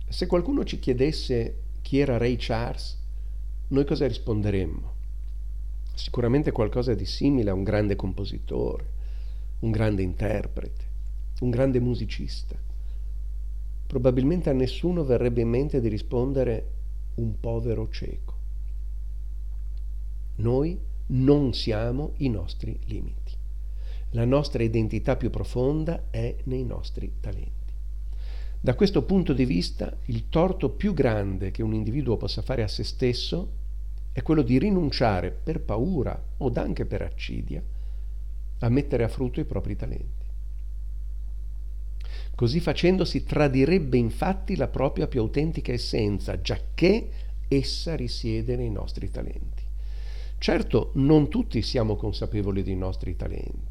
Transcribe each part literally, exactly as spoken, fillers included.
Se qualcuno ci chiedesse chi era Ray Charles, noi cosa risponderemmo? Sicuramente qualcosa di simile a un grande compositore, un grande interprete, un grande musicista. Probabilmente a nessuno verrebbe in mente di rispondere un povero cieco. Noi non siamo i nostri limiti. La nostra identità più profonda è nei nostri talenti. Da questo punto di vista, il torto più grande che un individuo possa fare a se stesso è quello di rinunciare per paura o anche per accidia a mettere a frutto i propri talenti. Così facendo si tradirebbe infatti la propria più autentica essenza, giacché essa risiede nei nostri talenti. Certo, non tutti siamo consapevoli dei nostri talenti.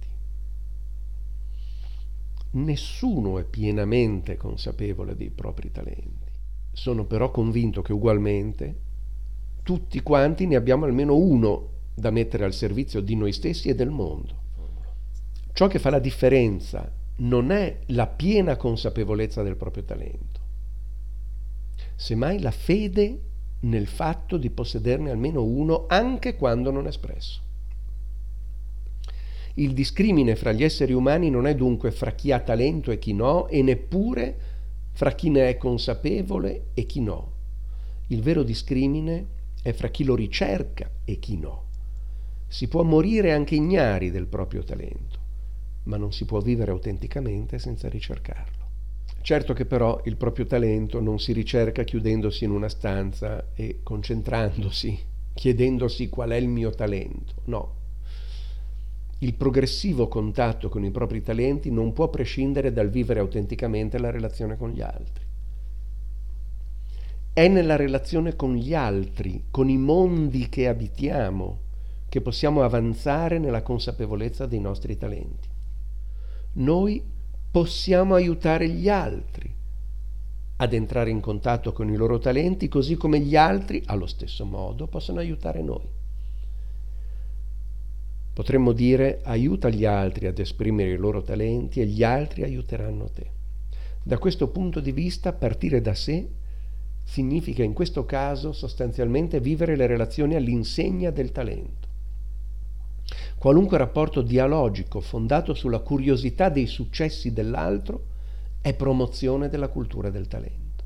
Nessuno è pienamente consapevole dei propri talenti. Sono però convinto che ugualmente tutti quanti ne abbiamo almeno uno da mettere al servizio di noi stessi e del mondo. Ciò che fa la differenza non è la piena consapevolezza del proprio talento, semmai la fede nel fatto di possederne almeno uno anche quando non espresso. Il discrimine fra gli esseri umani non è dunque fra chi ha talento e chi no, e neppure fra chi ne è consapevole e chi no. Il vero discrimine è fra chi lo ricerca e chi no. Si può morire anche ignari del proprio talento, ma non si può vivere autenticamente senza ricercarlo. Certo che però il proprio talento non si ricerca chiudendosi in una stanza e concentrandosi, chiedendosi qual è il mio talento. No. Il progressivo contatto con i propri talenti non può prescindere dal vivere autenticamente la relazione con gli altri. È nella relazione con gli altri, con i mondi che abitiamo, che possiamo avanzare nella consapevolezza dei nostri talenti. Noi possiamo aiutare gli altri ad entrare in contatto con i loro talenti, così come gli altri, allo stesso modo, possono aiutare noi. Potremmo dire: aiuta gli altri ad esprimere i loro talenti e gli altri aiuteranno te. Da questo punto di vista, partire da sé significa in questo caso sostanzialmente vivere le relazioni all'insegna del talento. Qualunque rapporto dialogico fondato sulla curiosità dei successi dell'altro è promozione della cultura del talento.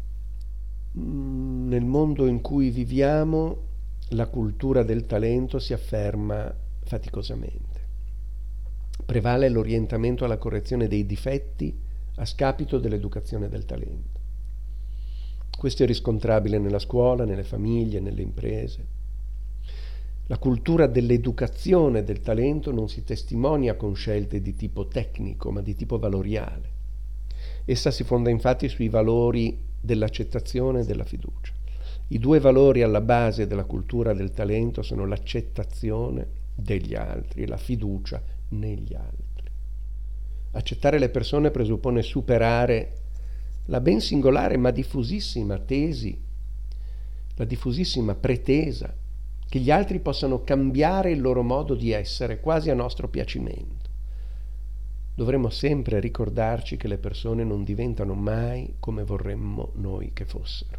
Nel mondo in cui viviamo, la cultura del talento si afferma faticosamente. Prevale l'orientamento alla correzione dei difetti a scapito dell'educazione del talento. Questo è riscontrabile nella scuola, nelle famiglie, nelle imprese. La cultura dell'educazione del talento non si testimonia con scelte di tipo tecnico, ma di tipo valoriale. Essa si fonda infatti sui valori dell'accettazione e della fiducia. I due valori alla base della cultura del talento sono l'accettazione degli altri e la fiducia negli altri. Accettare le persone presuppone superare la ben singolare ma diffusissima tesi, la diffusissima pretesa che gli altri possano cambiare il loro modo di essere quasi a nostro piacimento. Dovremmo sempre ricordarci che le persone non diventano mai come vorremmo noi che fossero.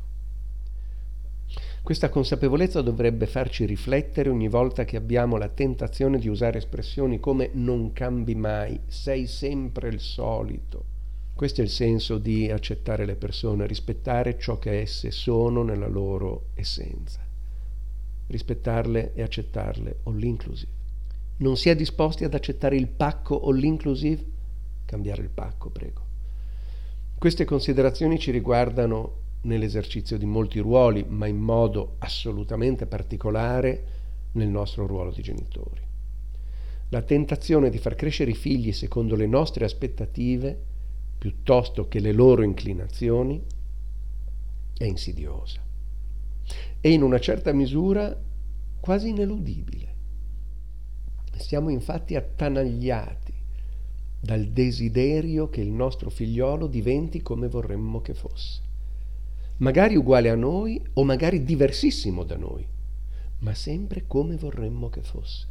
Questa consapevolezza dovrebbe farci riflettere ogni volta che abbiamo la tentazione di usare espressioni come non cambi mai, sei sempre il solito. Questo è il senso di accettare le persone, rispettare ciò che esse sono nella loro essenza. Rispettarle e accettarle all inclusive. Non si è disposti ad accettare il pacco all inclusive? Cambiare il pacco, prego. Queste considerazioni ci riguardano nell'esercizio di molti ruoli, ma in modo assolutamente particolare nel nostro ruolo di genitori. La tentazione di far crescere i figli secondo le nostre aspettative, piuttosto che le loro inclinazioni, è insidiosa e in una certa misura quasi ineludibile. Siamo infatti attanagliati dal desiderio che il nostro figliolo diventi come vorremmo che fosse, magari uguale a noi o magari diversissimo da noi, ma sempre come vorremmo che fosse.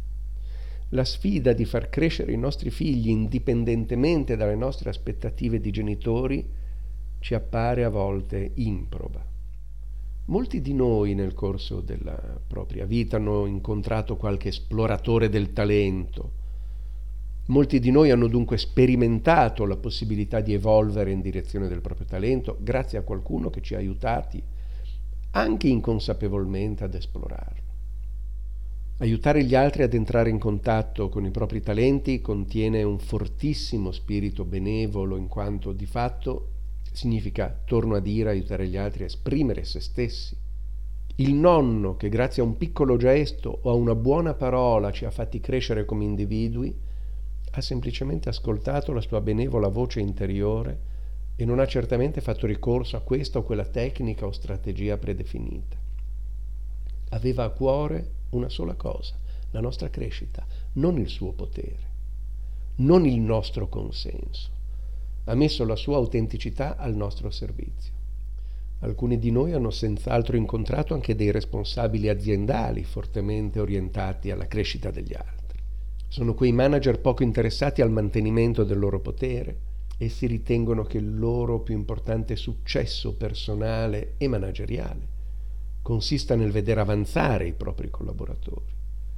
La sfida di far crescere i nostri figli indipendentemente dalle nostre aspettative di genitori ci appare a volte improba. Molti di noi nel corso della propria vita hanno incontrato qualche esploratore del talento. Molti di noi hanno dunque sperimentato la possibilità di evolvere in direzione del proprio talento grazie a qualcuno che ci ha aiutati, anche inconsapevolmente, ad esplorarlo. Aiutare gli altri ad entrare in contatto con i propri talenti contiene un fortissimo spirito benevolo, in quanto di fatto significa, torno a dire, aiutare gli altri a esprimere se stessi. Il nonno che grazie a un piccolo gesto o a una buona parola ci ha fatti crescere come individui ha semplicemente ascoltato la sua benevola voce interiore e non ha certamente fatto ricorso a questa o quella tecnica o strategia predefinita. Aveva a cuore una sola cosa, la nostra crescita, non il suo potere, non il nostro consenso. Ha messo la sua autenticità al nostro servizio. Alcuni di noi hanno senz'altro incontrato anche dei responsabili aziendali fortemente orientati alla crescita degli altri. Sono quei manager poco interessati al mantenimento del loro potere. Essi ritengono che il loro più importante successo personale e manageriale consista nel vedere avanzare i propri collaboratori.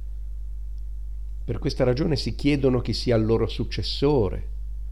Per questa ragione si chiedono chi sia il loro successore.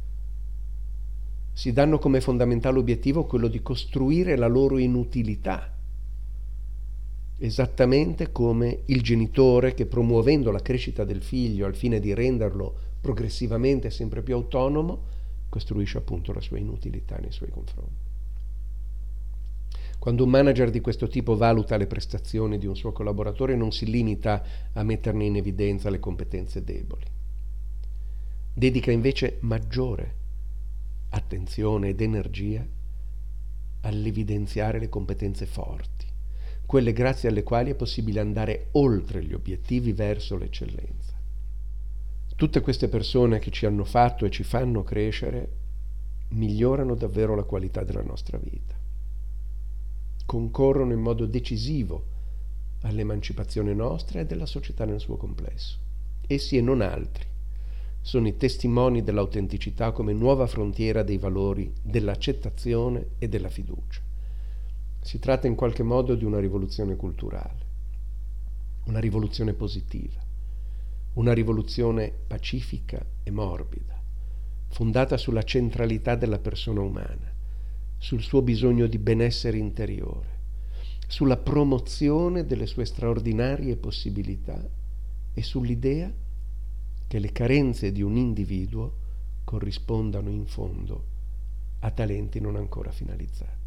Si danno come fondamentale obiettivo quello di costruire la loro inutilità, esattamente come il genitore che, promuovendo la crescita del figlio al fine di renderlo progressivamente sempre più autonomo, costruisce appunto la sua inutilità nei suoi confronti. Quando un manager di questo tipo valuta le prestazioni di un suo collaboratore, non si limita a metterne in evidenza le competenze deboli. Dedica invece maggiore attenzione ed energia all'evidenziare le competenze forti, quelle grazie alle quali è possibile andare oltre gli obiettivi verso l'eccellenza. Tutte queste persone che ci hanno fatto e ci fanno crescere migliorano davvero la qualità della nostra vita. Concorrono in modo decisivo all'emancipazione nostra e della società nel suo complesso. Essi e non altri sono i testimoni dell'autenticità come nuova frontiera dei valori dell'accettazione e della fiducia. Si tratta in qualche modo di una rivoluzione culturale, una rivoluzione positiva, una rivoluzione pacifica e morbida, fondata sulla centralità della persona umana, sul suo bisogno di benessere interiore, sulla promozione delle sue straordinarie possibilità e sull'idea che le carenze di un individuo corrispondano in fondo a talenti non ancora finalizzati.